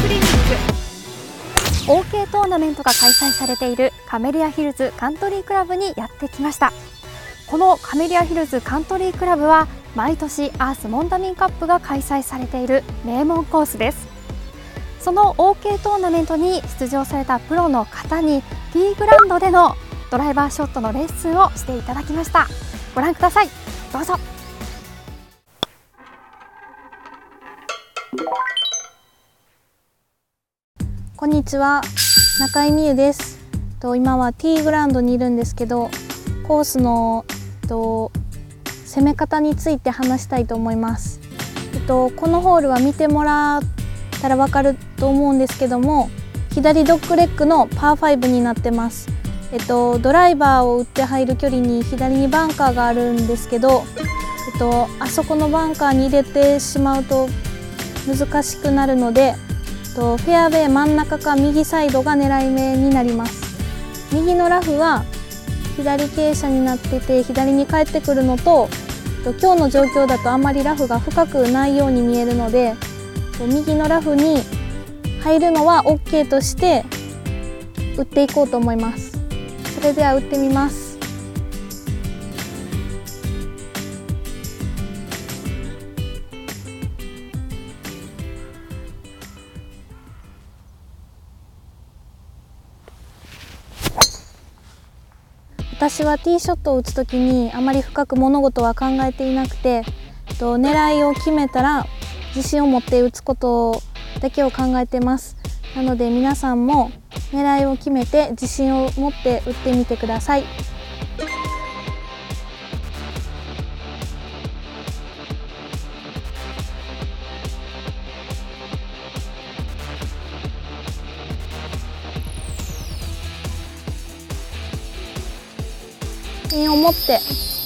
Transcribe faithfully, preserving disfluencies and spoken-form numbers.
リニック オーケー トーナメントが開催されているカメリアヒルズカントリークラブにやってきました。このカメリアヒルズカントリークラブは毎年アースモンダミンカップが開催されている名門コースです。その オーケー トーナメントに出場されたプロの方に T グラウンドでのドライバーショットのレッスンをしていただきました。ご覧ください、どうぞ。 こんにちは、中井美優です。今は T グラウンドにいるんですけど、コースの攻め方について話したいと思います。このホールは見てもらったら分かると思うんですけども、左ドッグレッグのパーファイブになってます。えっと、ドライバーを打って入る距離に左にバンカーがあるんですけど、えっと、あそこのバンカーに入れてしまうと難しくなるので、フェアウェイ真ん中か右サイドが狙い目になります。右のラフは左傾斜になってて左に帰ってくるのと、今日の状況だとあんまりラフが深くないように見えるので、右のラフに入るのは オーケー として打っていこうと思います。それでは打ってみます。私はティーショットを打つときにあまり深く物事は考えていなくて、狙いを決めたら自信を持って打つことだけを考えてます。なので皆さんも狙いを決めて自信を持って打ってみてください。自信を持って